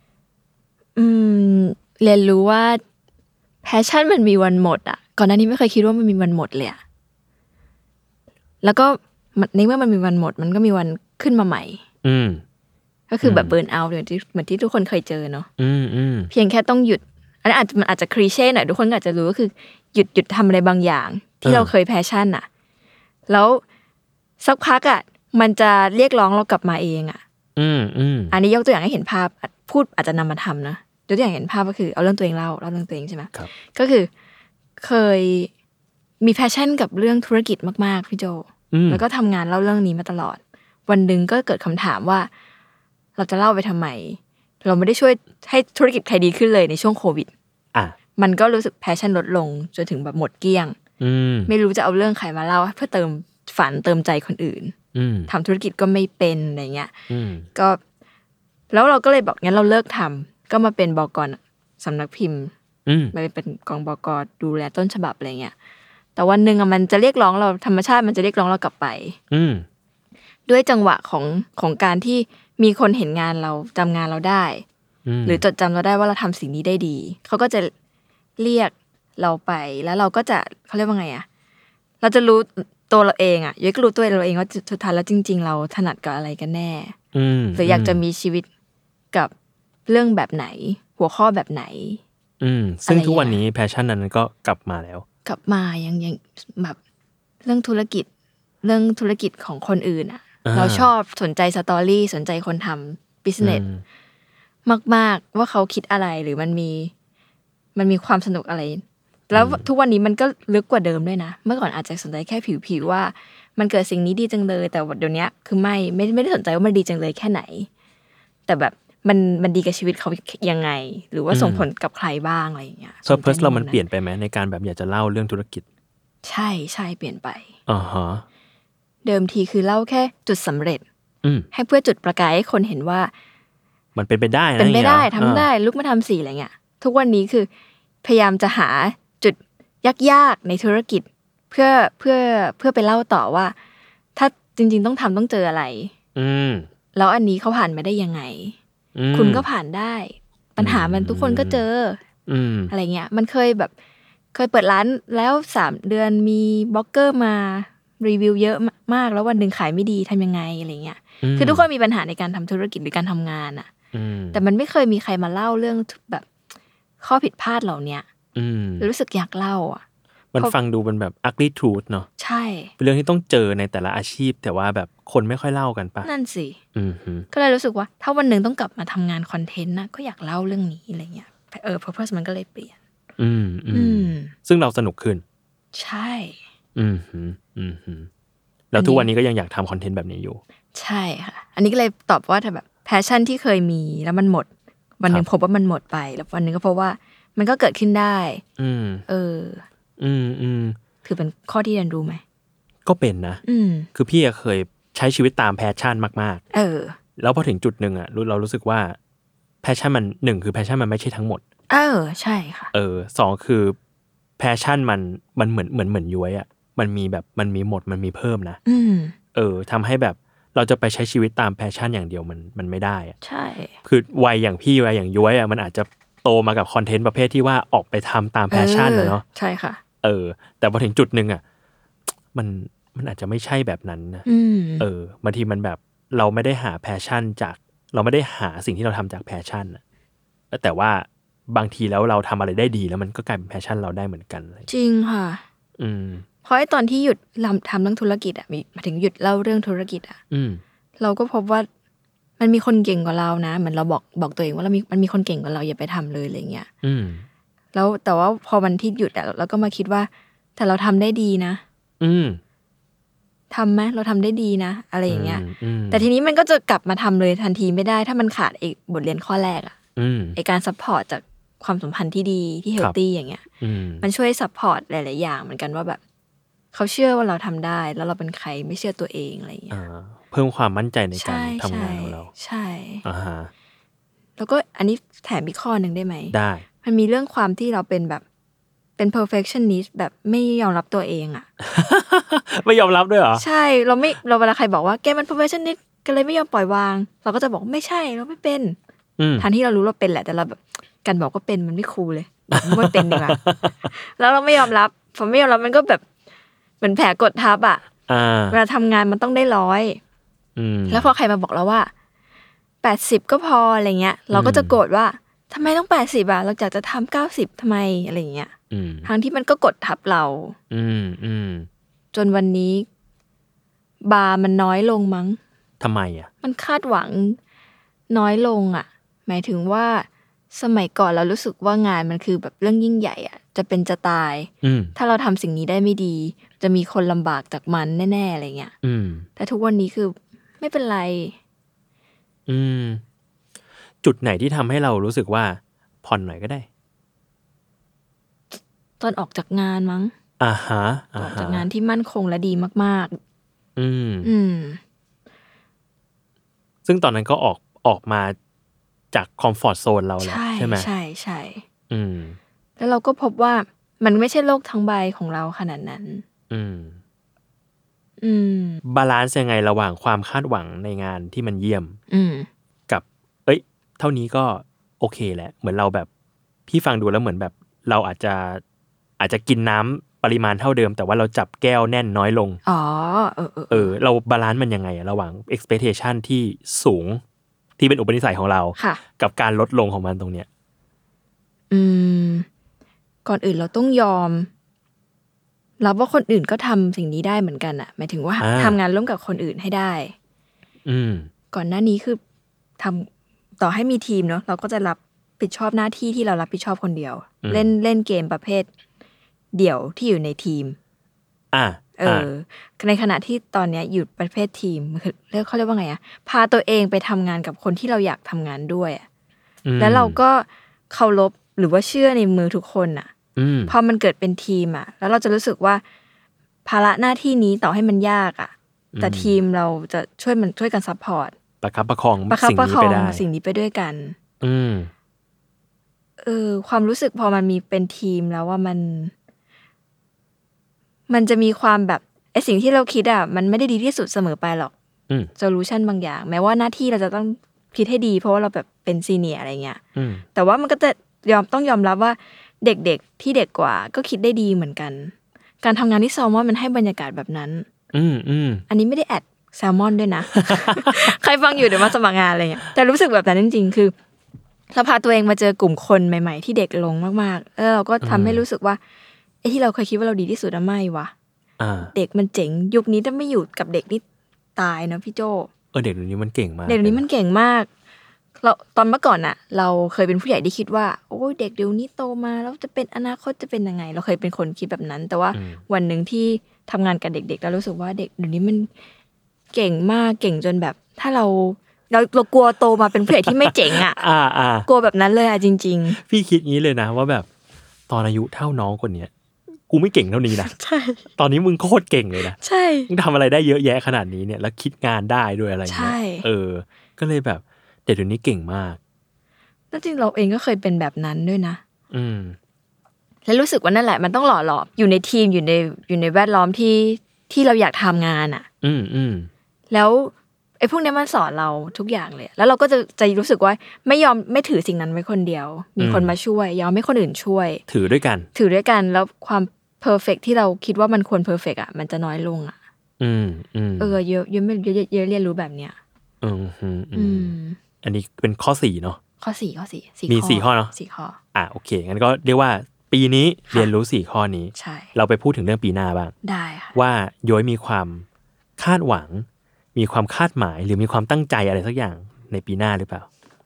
เรียนรู้ว่าแพชชั่นมันมีวันหมดอ่ะก่อนหน้านี้ไม่เคยคิดว่ามันมีวันหมดเลยอ่ะแล้วก็ในเมื่อมันมีวันหมดมันก็มีวันขึ้นมาใหม่ก็คือแบบเบิร์นเอาท์เหมือนที่ทุกคนเคยเจอเนาะเพียงแค่ต้องหยุดอันนี้มันอาจจะคลีเช่หน่อยทุกคนอาจจะรู้ก็คือหยุดทำอะไรบางอย่างที่เราเคยแพชชั่นอ่ะแล้วสักพักอ่ะมันจะเรียกร้องเรากลับมาเองอ่ะอันนี้ยกตัวอย่างให้เห็นภาพพูดอาจจะนำมาทำนะยกตัวอย่างเห็นภาพก็คือเอาเรื่องตัวเองเล่าเรื่องตัวเองใช่ไหมก็คือเคยมีแพชชั่นกับเรื่องธุรกิจมากๆพี่โจแล้วก็ทำงานเล่าเรื่องนี้มาตลอดวันหนึ่งก็เกิดคำถามว่าเราจะเล่าไปทำไมเราไม่ได้ช่วยให้ธุรกิจใครดีขึ้นเลยในช่วงโควิดมันก็รู้สึกแพชชั่นลดลงจนถึงแบบหมดเกลี้ยงไม่รู้จะเอาเรื่องใครมาเล่าเพื่อเติมฝันเติมใจคนอื่นทำธุรกิจก็ไม่เป็นอะไรเงี้ยก็แล้วเราก็เลยบอกงั้นเราเลิกทำก็มาเป็นบก.สำนักพิมพ์มาเป็นกองบก.ดูแลต้นฉบับอะไรเงี้ยแต่วันหนึ่งมันจะเรียกร้องเราธรรมชาติมันจะเรียกร้องเรากลับไปด้วยจังหวะของการที่มีคนเห็นงานเราจำงานเราได้หรือจดจำเราได้ว่าเราทำสิ่งนี้ได้ดีเขาก็จะเรียกเราไปแล้วเราก็จะเขาเรียกว่าไงอะเราจะรู้ตัวเราเองอ่ะย้อยก็รู้ตัวเราเองว่าสุดท้ายแล้วจริงๆเราถนัดกับอะไรกันแน่หรืออยากจะมีชีวิตกับเรื่องแบบไหนหัวข้อแบบไหนซึ่งทุกวันนี้แพชชั่นนั้นก็กลับมาแล้วกลับมายังแบบเรื่องธุรกิจของคนอื่นอ่ะเราชอบสนใจสตอรี่สนใจคนทำบิสเนสมากๆว่าเขาคิดอะไรหรือมันมีความสนุกอะไรแล้วทุกวันนี้มันก็ลึกกว่าเดิมด้วยนะเมื่อก่อนอาจจะสนใจแค่ผิวว่ามันเกิดสิ่งนี้ดีจังเลยแต่เดี๋ยวนี้คือไม่ได้สนใจว่ามันดีจังเลยแค่ไหนแต่แบบมันดีกับชีวิตเขายังไงหรือว่าส่งผลกับใครบ้างอะไรอย่างเงี้ย purpose เรามันเปลี่ยนไปไหมในการแบบอยากจะเล่าเรื่องธุรกิจใช่เปลี่ยนไปเดิมทีคือเล่าแค่จุดสำเร็จให้เพื่อจุดประกายให้คนเห็นว่ามันเป็นไปได้นะเป็นไปได้ทำได้ลุกมาทำ4อะไรเงี้ยทุกวันนี้คือพยายามจะหาจุดยากๆในธุรกิจเพื่อไปเล่าต่อว่าถ้าจริงๆต้องเจออะไรแล้วอันนี้เขาผ่านมาได้ยังไงคุณก็ผ่านได้ปัญหามันทุกคนก็เจออะไรเงี้ยมันเคยเปิดร้านแล้ว3 เดือนมีบล็อกเกอร์มารีวิวเยอะมากแล้ววันหนึ่งขายไม่ดีทำยังไงอะไรเงี้ยคือทุกคนมีปัญหาในการทำธุรกิจหรือการทำงานอ่ะแต่มันไม่เคยมีใครมาเล่าเรื่องแบบข้อผิดพลาดเหล่านี้รู้สึกอยากเล่าอ่ะมันฟังดูเป็นแบบ ugly truth เนาะใช่เป็นเรื่องที่ต้องเจอในแต่ละอาชีพแต่ว่าแบบคนไม่ค่อยเล่ากันปะนั่นสิก็เลยรู้สึกว่าถ้าวันหนึ่งต้องกลับมาทำงานคอนเทนต์นะก็อยากเล่าเรื่องนี้อะไรเงี้ยpurpose มันก็เลยเปลี่ยนซึ่งเราสนุกขึ้นใช่แล้วทุกวันนี้ก็ยังอยากทำคอนเทนต์แบบนี้อยู่ใช่ค่ะอันนี้ก็เลยตอบว่าถ้าแบบแพชชั่นที่เคยมีแล้วมันหมดวันนึงพบว่ามันหมดไปแล้ววันนึงก็พบว่ามันก็เกิดขึ้นได้ถือเป็นข้อที่เรียนรู้ไหมก็เป็นนะคือพี่เคยใช้ชีวิตตามแพชชั่นมากๆแล้วพอถึงจุดนึงอ่ะเรารู้สึกว่าแพชชั่นมัน1คือแพชชั่นมันไม่ใช่ทั้งหมดใช่ค่ะ 2คือแพชชั่นมันเหมือนย้วยอ่ะมันมีแบบมันมีหมดมันมีเพิ่มนะทำให้แบบเราจะไปใช้ชีวิตตามแพชชั่นอย่างเดียวมันไม่ได้อ่ะใช่คือวัยอย่างพี่วัยอย่างย้วยอ่ะมันอาจจะโตมากับคอนเทนต์ประเภทที่ว่าออกไปทำตามแพชชั่นเนาะใช่ค่ะแต่พอถึงจุดนึงอ่ะมันอาจจะไม่ใช่แบบนั้นนะบางทีมันแบบเราไม่ได้หาแพชชั่นจากเราไม่ได้หาสิ่งที่เราทำจากแพชชั่นแต่ว่าบางทีแล้วเราทำอะไรได้ดีแล้วมันก็กลายเป็นแพชชั่นเราได้เหมือนกันจริงค่ะเพราะไอ้ตอนที่หยุดทำเรื่องธุรกิจอ่ะมาถึงหยุดเล่าเรื่องธุรกิจอ่ะเราก็พบว่ามันมีคนเก่งกว่าเรานะเหมือนเราบอกตัวเองว่ามันมีคนเก่งกว่าเราอย่าไปทำเลยอะไรเงี้ยแล้วแต่ว่าพอวันที่หยุดอ่ะเราก็มาคิดว่าแต่เราทำได้ดีนะทำไหมเราทำได้ดีนะอะไรอย่างเงี้ยแต่ทีนี้มันก็จะกลับมาทำเลยทันทีไม่ได้ถ้ามันขาดไอ้บทเรียนข้อแรกอ่ะไอ้การซัพพอร์ตจากความสัมพันธ์ที่ดีที่เฮลตี้อย่างเงี้ยมันช่วยซัพพอร์ตหลายๆอย่างเหมือนกันว่าแบบเขาเชื่อว่าเราทำได้แล้วเราเป็นใครไม่เชื่อตัวเองอะไรอย่างเงี้ยเพิ่มความมั่นใจในการทำงานของเราใช่แล้วก็อันนี้แถมอีกข้อหนึ่งได้ไหมได้มันมีเรื่องความที่เราเป็นแบบเป็น perfectionist แบบไม่ยอมรับตัวเองอ่ะไม่ยอมรับด้วยเหรอใช่เราเวลาใครบอกว่าแกมัน perfectionist ก็เลยไม่ยอมปล่อยวางเราก็จะบอกไม่ใช่เราไม่เป็นทันที่เรารู้เราเป็นแหละแต่เราแบบการบอกว่าเป็นมันไม่คูลเลยไม่เป็นดีกว่าแล้วเราไม่ยอมรับพอไม่ยอมรับมันก็แบบเหมือนแผลกดทับอ่ะเวลาทำงานมันต้องได้100แล้วพอใครมาบอกเราว่า80ก็พออะไรเงี้ยเราก็จะโกรธว่าทำไมต้อง80อ่ะเราอยากจะทำ90ทำไมอะไรเงี้ยทั้งที่มันก็กดทับเราจนวันนี้บาร์มันน้อยลงมั้งทำไมอ่ะมันคาดหวังน้อยลงอ่ะหมายถึงว่าสมัยก่อนเรารู้สึกว่างานมันคือแบบเรื่องยิ่งใหญ่อ่ะจะเป็นจะตายถ้าเราทำสิ่งนี้ได้ไม่ดีจะมีคนลำบากจากมันแน่ๆอะไรเงี้ยแต่ทุกวันนี้คือไม่เป็นไรจุดไหนที่ทำให้เรารู้สึกว่าผ่อนหน่อยก็ได้ตอนออกจากงานมั้งออกจากงานที่มั่นคงและดีมากๆซึ่งตอนนั้นก็ออกมาจากคอมฟอร์ตโซนเราแล้วใช่ไหมใช่แล้วเราก็พบว่ามันไม่ใช่โลกทั้งใบของเราขนาดนั้นบาลานซ์ยังไงระหว่างความคาดหวังในงานที่มันเยี่ยมกับเท่านี้ก็โอเคแหละเหมือนเราแบบพี่ฟังดูแล้วเหมือนแบบเราอาจจะกินน้ำปริมาณเท่าเดิมแต่ว่าเราจับแก้วแน่นน้อยลงเราบาลานซ์มันยังไงระหว่าง expectation ที่สูงที่เป็นอุปนิสัยของเรากับการลดลงของมันตรงเนี้ยก่อนอื่นเราต้องยอมรับว่าคนอื่นก็ทำสิ่งนี้ได้เหมือนกันอ่ะหมายถึงว่าทำงานร่วมกับคนอื่นให้ได้ก่อนหน้านี้คือทำต่อให้มีทีมเนาะเราก็จะรับผิดชอบหน้าที่ที่เรารับผิดชอบคนเดียวเล่นเกมประเภทเดี่ยวที่อยู่ในทีมในขณะที่ตอนนี้อยู่ประเภททีมเขาเรียกว่าไงพาตัวเองไปทำงานกับคนที่เราอยากทำงานด้วยแล้วเราก็เคารพหรือว่าเชื่อในมือทุกคนพอมันเกิดเป็นทีมแล้วเราจะรู้สึกว่าภาระหน้าที่นี้ต่อให้มันยากแต่ทีมเราจะช่วยกันซัพพอร์ตประคับประคองสิ่งนี้ไปด้วยกันความรู้สึกพอมันมีเป็นทีมแล้วว่ามันจะมีความแบบไอสิ่งที่เราคิดมันไม่ได้ดีที่สุดเสมอไปหรอกโซลูชันบางอย่างแม้ว่าหน้าที่เราจะต้องคิดให้ดีเพราะว่าเราแบบเป็นซีเนียร์อะไรเงี้ยแต่ว่ามันก็จะต้องยอมรับว่าเด็กๆที่เด็กกว่าก็คิดได้ดีเหมือนกันการทำงานที่ซ้อมว่ามันให้บรรยากาศแบบนั้นอันนี้ไม่ได้แอดแซลมอนด้วยนะ ใครฟังอยู่เดี๋ยวมาสมัครงานอะไรเงี้ยแต่รู้สึกแบบนั้นจริงๆคือเราพาตัวเองมาเจอกลุ่มคนใหม่ๆที่เด็กลงมากๆแล้วเราก็ทำให้รู้สึกว่าไอ้ที่เราเคยคิดว่าเราดีที่สุดไม่วะเด็กมันเจ๋งยุคนี้ถ้าไม่อยู่กับเด็กนี่ตายนะพี่โจเด็กเดี๋ยวนี้มันเก่งมากเด็กเดี๋ยวนี้มันเก่งมากเราตอนเมื่อก่อนน่ะเราเคยเป็นผู้ใหญ่ที่คิดว่าโอ้ยเด็กเดี๋ยวนี้โตมาแล้วจะเป็นอนาคตจะเป็นยังไงเราเคยเป็นคนคิดแบบนั้นแต่ว่าวันนึงที่ทำงานกับเด็กๆแล้วรู้สึกว่าเด็กเดี๋ยวนี้มันเก่งมากเก่งจนแบบถ้าเรากลัวโตมาเป็นผู้ใหญ่ที่ไม่เจ๋งอ่ะกลัวแบบนั้นเลยอ่ะจริงๆพี่คิดงี้เลยนะว่าแบบตอนอายุเท่าน้องคนเนี้ยกูไม่เก่งเท่านี้นะใช่ตอนนี้มึงโคตรเก่งเลยนะใช่มึงทำอะไรได้เยอะแยะขนาดนี้เนี่ยแล้วคิดงานได้ด้วยอะไรเงี้ยก็เลยแบบเด็กเดี๋ยวนี้เก่งมากแล้วจริงเราเองก็เคยเป็นแบบนั้นด้วยนะแล้วรู้สึกว่านั่นแหละมันต้องหล่อหลอมอยู่ในทีมอยู่ในแวดล้อมที่เราอยากทำงานอ่ะแล้วไอ้พวกนี้มันสอนเราทุกอย่างเลยแล้วเราก็จะรู้สึกว่าไม่ถือสิ่งนั้นไว้คนเดียวมีคนมาช่วยยอมให้คนอื่นช่วยถือด้วยกันแล้วความเพอร์เฟคที่เราคิดว่ามันควรเพอร์เฟคอ่ะมันจะน้อยลงอ่ะเยอะเรียนรู้แบบเนี้ยอันนี้เป็นข้อ4เนาะข้อ4 มี4ข้อเนาะ 4ข้อโอเคงั้นก็เรียกว่าปีนี้เรียนรู้4ข้อนี้ใช่เราไปพูดถึงเรื่องปีหน้าบ้างได้ค่ะว่าย้อยมีความคาดหวังมีความคาดหมายหรือมีความตั้งใจอะไรสักอย่างในปีหน้าหรือเปล่า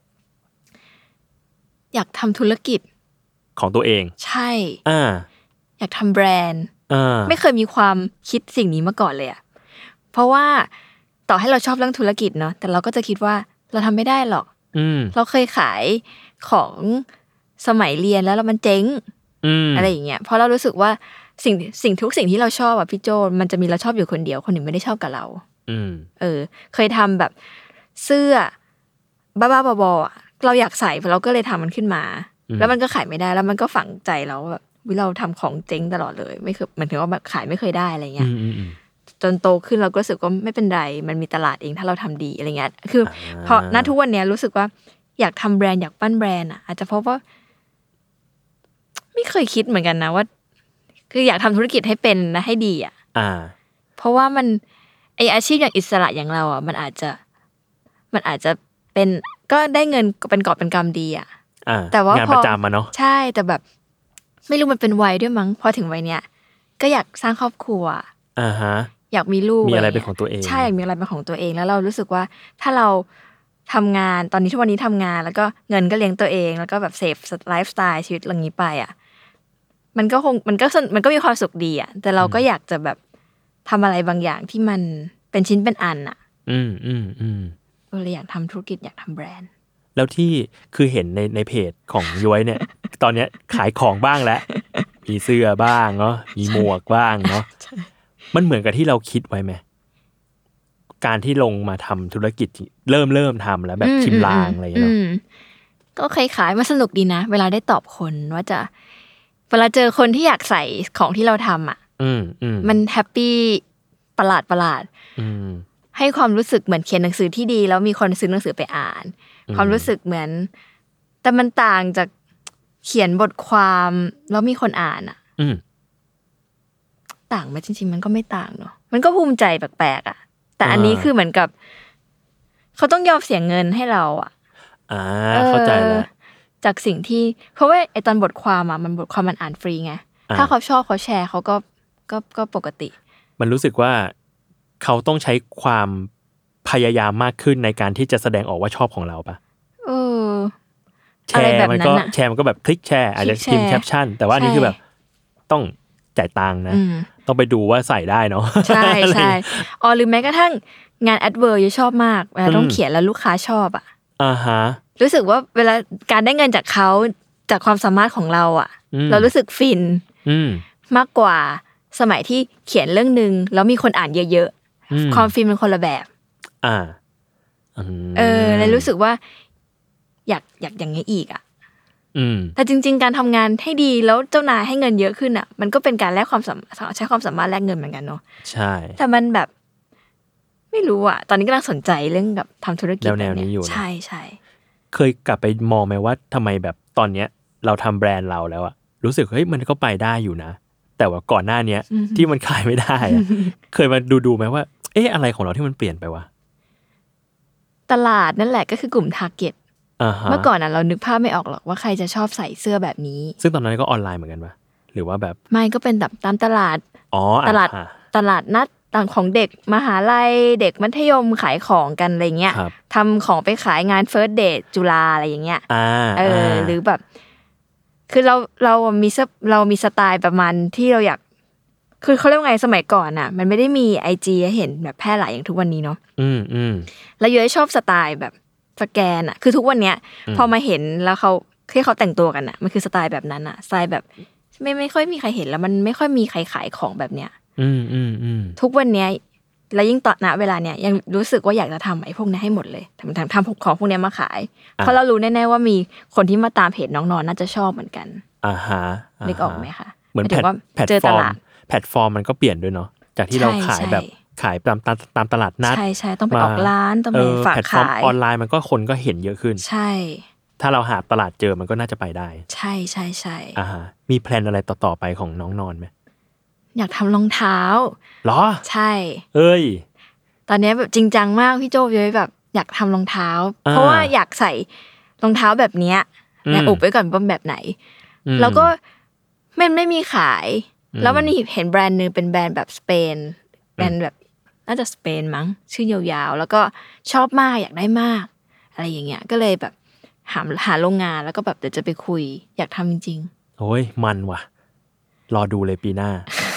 อยากทำธุรกิจของตัวเองใช่อยากทำแบรนด์ไม่เคยมีความคิดสิ่งนี้มาก่อนเลยอะเพราะว่าต่อให้เราชอบเรื่องธุรกิจเนาะแต่เราก็จะคิดว่าเราทำไม่ได้หรอกเราเคยขายของสมัยเรียนแล้วมันเจ๊งอะไรอย่างเงี้ยเพราะเรารู้สึกว่าสิ่งทุกสิ่งที่เราชอบอะพี่โจมันจะมีเราชอบอยู่คนเดียวคนอื่นไม่ได้ชอบกับเราเคยทำแบบเสื้อบ้าๆบอๆเราอยากใส่เราก็เลยทำมันขึ้นมาแล้วมันก็ขายไม่ได้แล้วมันก็ฝังใจเราแบบเราทำของเจ๊งตลอดเลยไม่เคยมันถึงว่าแบบขายไม่เคยได้อะไรเงี้ยจนโตขึ้นเราก็รู้สึกว่าไม่เป็นไรมันมีตลาดเองถ้าเราทำดีอะไรเงี้ยคือเพราะณทุกวันนี้รู้สึกว่าอยากทำแบรนด์อยากปั้นแบรนด์อาจจะเพราะว่าไม่เคยคิดเหมือนกันนะว่าคืออยากทำธุรกิจให้เป็นนะให้ดีเพราะว่ามันไออาชีพอย่างอิสระอย่างเรามันอาจจะเป็นก็ได้เงินเป็นกอบเป็นกำดีแต่ว่างานประจำเนาะใช่แต่แบบไม่รู้มันเป็นวัยด้วยมั้งพอถึงวัยเนี้ยก็อยากสร้างครอบครัวอยากมีลูกมีอะไรเป็นของตัวเองใช่อยากมีอะไรเป็นของตัวเองแล้วเรารู้สึกว่าถ้าเราทำงานตอนนี้ทุกวันนี้ทำงานแล้วก็เงินก็เลี้ยงตัวเองแล้วก็แบบเซฟไลฟ์สไตล์ชีวิตอย่างนี้ไปมันก็มีความสุขดีแต่เราก็อยากจะแบบทำอะไรบางอย่างที่มันเป็นชิ้นเป็นอันเลยอยากทำธุรกิจอยากทำแบรนด์แล้วที่คือเห็นในเพจของย้อยเนี่ย ตอนนี้ขายของบ้างแล้วมีเสื้อบ้างเนาะมีหมวกบ้างเนาะมันเหมือนกับที่เราคิดไว้ไหมการที่ลงมาทำธุรกิจเริ่มทำแล้วแบบชิมลางอะไรอย่างเงี้ยก็คล้ายๆมาสนุกดีนะเวลาได้ตอบคนว่าจะเวลาเจอคนที่อยากใส่ของที่เราทำมันแฮปปี้ประหลาดให้ความรู้สึกเหมือนเขียนหนังสือที่ดีแล้วมีคนซื้อหนังสือไปอ่านความรู้สึกเหมือนแต่มันต่างจากเขียนบทความแล้วมีคนอ่านต่างไหมจริงๆมันก็ไม่ต่างเนาะมันก็ภูมิใจแปลกๆแต่อันนี้คือเหมือนกับเขาต้องยอมเสียเงินให้เราเข้าใจแล้วจากสิ่งที่เพราะว่าไอ้ตอนบทความมันบทความมันอ่านฟรีไงถ้าเขาชอบเขาแชร์เขาก็ปกติมันรู้สึกว่าเขาต้องใช้ความพยายามมากขึ้นในการที่จะแสดงออกว่าชอบของเราปะแชร์มันก็แบบคลิกแชร์อาจจะพิมพ์แคปชั่นแต่ว่านี่คือแบบต้องจ่ายตังค์นะต้องไปดูว่าใส่ได้เนาะใช่ใช่หรือแม้กระทั่งงานแอดเวอร์ชอบมากเวลาต้องเขียนแล้วลูกค้าชอบรู้สึกว่าเวลาการได้เงินจากเขาจากความสามารถของเราเรารู้สึกฟินมากกว่าสมัยที่เขียนเรื่องนึงแล้วมีคนอ่านเยอะๆความฟินเป็นคนละแบบเลยรู้สึกว่าอยากอย่างนี้อีกแต่จริงๆการทำงานให้ดีแล้วเจ้านายให้เงินเยอะขึ้นมันก็เป็นการแลกความใช้ความสามารถแลกเงินเหมือนกันเนาะใช่แต่มันแบบไม่รู้ตอนนี้กำลังสนใจเรื่องกับทำธุรกิจแนวนี้อยู่ใช่ใช่เคยกลับไปมองไหมว่าทำไมแบบตอนเนี้ยเราทำแบรนด์เราแล้วรู้สึกเฮ้ยมันก็ไปได้อยู่นะแต่ว่าก่อนหน้านี้ที่มันขายไม่ได้เคยมาดูไหมว่าอะไรของเราที่มันเปลี่ยนไปวะตลาดนั่นแหละก็คือกลุ่ม target เมื่อก่อนน่ะเรานึกภาพไม่ออกหรอกว่าใครจะชอบใส่เสื้อแบบนี้ซึ่งตอนนั้นก็ออนไลน์เหมือนกันปะหรือว่าแบบไม่ก็เป็นแบบตามตลาดตลาดนัดต่างของเด็กมหาลัยเด็กมัธยมขายของกันอะไรเงี้ยทำของไปขายงาน First Date จุฬาอะไรอย่างเงี้ยหรือแบบคือเรามีสไตล์ประมาณที่เราอยากคือเขาเรียกว่าไงสมัยก่อนน่ะมันไม่ได้มี IG ให้เห็นแบบแพร่หลายอย่างทุกวันนี้เนาะแล้วยูชอบสไตล์แบบสแกนอ่ะคือทุกวันเนี้ยพอมาเห็นแล้วเขาที่เขาแต่งตัวกันอ่ะมันคือสไตล์แบบนั้นอ่ะสไตล์แบบไม่ค่อยมีใครเห็นแล้วมันไม่ค่อยมีใครขายของแบบเนี้ยทุกวันเนี้ยแล้วยิ่งตอนณเวลาเนี้ยยังรู้สึกว่าอยากจะทำไอ้พวกนี้ให้หมดเลยทำของพวกนี้มาขายเพราะเรารู้แน่ๆว่ามีคนที่มาตามเพจน้องนอนน่าจะชอบเหมือนกันนึกออกไหมคะเหมือนแพลตฟอร์มมันก็เปลี่ยนด้วยเนาะจากที่เราขายแบบขายตามตลาดนัดใช่ต้องไปออกร้านต้องไปฝากขายออนไลน์มันก็คนก็เห็นเยอะขึ้นใช่ถ้าเราหาตลาดเจอมันก็น่าจะไปได้ใช่มีแพลนอะไรต่อไปของน้องนอนไหมอยากทำรองเท้าหรอใช่ตอนนี้แบบจริงจังมากพี่โจเลยแบบอยากทำรองเท้าเพราะว่าอยากใส่รองเท้าแบบเนี้ยแต่อุบไว้ก่อนว่าแบบไหนแล้วก็มันไม่มีขายแล้วมันเห็นแบรนด์นึงเป็นแบรนด์แบบสเปนแบรนด์แบบน่าจะสเปนมั้งชื่อยาวๆแล้วก็ชอบมากอยากได้มากอะไรอย่างเงี้ยก็เลยแบบหาโรงงานแล้วก็แบบเดี๋ยวจะไปคุยอยากทำจริงๆโอ้ยมันว่ะรอดูเลยปีหน้า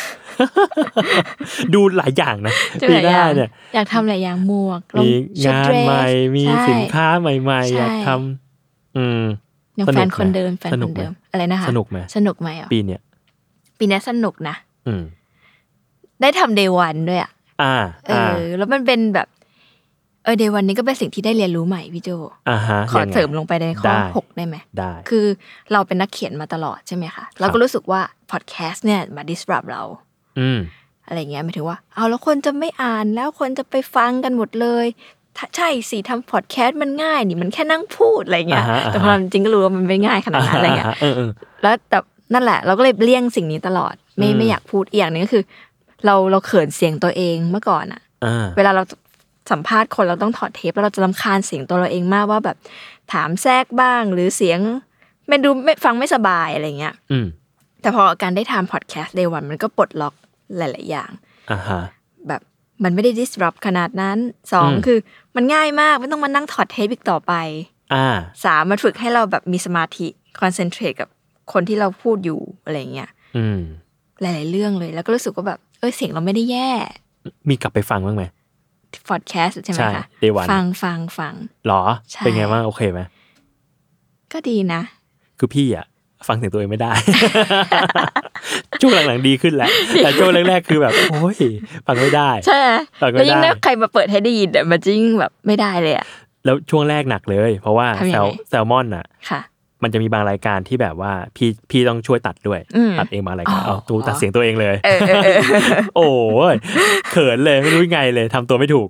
ดูหลายอย่างนะปีหน้าเนี่ยอยากทำหลายอย่างหมวกมีงานใหม่มีสินค้าใหม่ๆอยากทำอย่างแฟนคนเดิมอะไรนะคะสนุกไหมอ่ะปีเนี้ยสนุกนะได้ทำ day 1ด้วยอ่ะแล้วมันเป็นแบบday 1นี้ก็เป็นสิ่งที่ได้เรียนรู้ใหม่พี่โจขอเสริมลงไปในข้อ6ได้ไหมได้คือเราเป็นนักเขียนมาตลอดใช่ไหมคะเราก็รู้สึกว่าพอดแคสต์เนี่ยมา disrupt เราอะไรเงี้ยหมายถึงว่าเอาแล้วคนจะไม่อ่านแล้วคนจะไปฟังกันหมดเลยใช่สิทำพอดแคสต์มันง่ายนี่มันแค่นั่งพูดอะไรเงี้ยแต่ความจริงก็รู้ว่ามันไม่ง่ายขนาดนั้นอะไรเงี้ยแล้วแต่นั่นแหละเราก็เลยเลี่ยงสิ่งนี้ตลอดไม่อยากพูดอีกอย่างนึงก็คือเราเขินเสียงตัวเองเมื่อก่อนอ่ะเวลาเราสัมภาษณ์คนเราต้องถอดเทปแล้วเราจะรำคาญเสียงตัวเราเองมากว่าแบบถามแทรกบ้างหรือเสียงไม่ฟังไม่สบายอะไรเงี้ยแต่พอการได้ทำพอดแคสต์ Day 1มันก็ปลดล็อกหลายๆอย่างแบบมันไม่ได้ disrupt ขนาดนั้น2คือมันง่ายมากไม่ต้องมานั่งถอดเทปอีกต่อไป3มันฝึกให้เราแบบมีสมาธิ concentrate กับคนที่เราพูดอยู่อะไรเงี้ยหลายๆเรื่องเลยแล้วก็รู้สึกว่าแบบเสียงเราไม่ได้แย่มีกลับไปฟังบ้างไหมพอดแคสต์ใช่ไหมคะฟังหรอเป็นไงบ้างโอเคไหมก็ดีนะคือพี่อ่ะฟังเสียงตัวเองไม่ได้ ช่วงหลังๆดีขึ้นแล้วแต่ช่วงแรกๆคือแบบโอ้ยฟังไม่ได้ใช่แล้วยิ่งใครมาเปิดให้ได้ยินมันจริงแบบไม่ได้เลยอ่ะแล้วช่วงแรกหนักเลยเพราะว่าแซลมอนอ่ะมันจะมีบางรายการที่แบบว่าพี่ต้องช่วยตัดด้วยตัดเองบางรายการตูตัดเสียงตัวเองเลยโอ้ยเขินเลยไม่รู้ไงเลยทำตัวไม่ถูก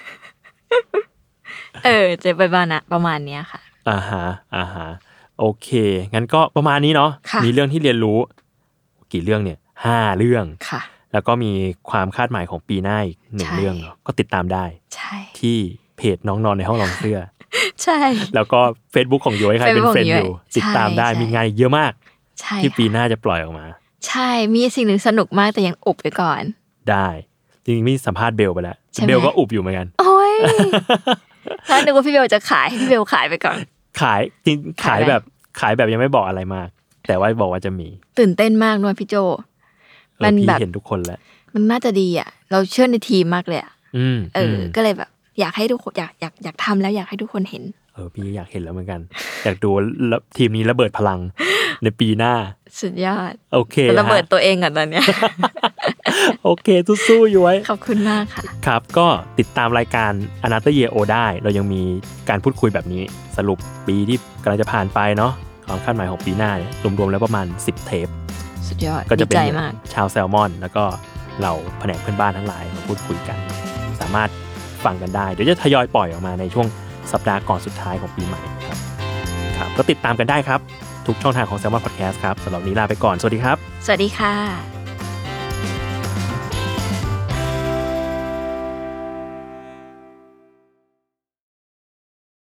เจอไปบ้างนะประมาณนี้ค่ะโอเคงั้นก็ประมาณนี้เนาะมีเรื่องที่เรียนรู้กี่เรื่องเนี่ย5เรื่องแล้วก็มีความคาดหมายของปีหน้าอีก1เรื่องเนาะก็ติดตามได้ที่เพจน้องนอนในห้องลองเสื้อใช่แล้วก็ Facebook ของย้อยใครเป็นเฟรนด์อยู่ติดตามได้มีงานเยอะมากที่ปีหน้าจะปล่อยออกมาใช่มีสิ่งหนึ่งสนุกมากแต่ยังอุบไว้ก่อนได้จริงๆมีสัมภาษณ์เบลไปแล้วเบลก็อุบอยู่เหมือนกันโอ้ยถ้านึกว่าพี่เบลจะขายพี่เบลขายไปก่อนขายจริงขายแบบยังไม่บอกอะไรมากแต่ว่าบอกว่าจะมีตื่นเต้นมากด้วยพี่โจมันแบบเห็นทุกคนแล้วมันน่าจะดีอ่ะเราเชื่อในทีมมากเลยอ่ะก็เลยแบบอยากให้ทุกคนอยากทำแล้วอยากให้ทุกคนเห็นพี่อยากเห็นแล้วเหมือนกันอยากดูทีมนี้ระเบิดพลังในปีหน้าสุดยอดโอเคระเบิดตัวเองก่อนตอนเนี้ยโอเคสู้ๆอยู่ไว้ขอบคุณมากค่ะครับก็ติดตามรายการ Another Year O ได้เรายังมีการพูดคุยแบบนี้สรุปปีที่กำลังจะผ่านไปเนาะความคาดหมายของปีหน้ารวมๆแล้วประมาณ10เทปสุดยอดก็จะเป็นชาวแซลมอนแล้วก็เราแผนกเพื่อนบ้านทั้งหลายมาพูดคุยกันสามารถฟังกันได้เดี๋ยวจะทยอยปล่อยออกมาในช่วงสัปดาห์ก่อนสุดท้ายของปีใหม่ครับก็ติดตามกันได้ครับทุกช่องทางของ Salmon Podcast ครับสำหรับวันนี้ลาไปก่อนสวัสดีครับสวัสดีค่ะ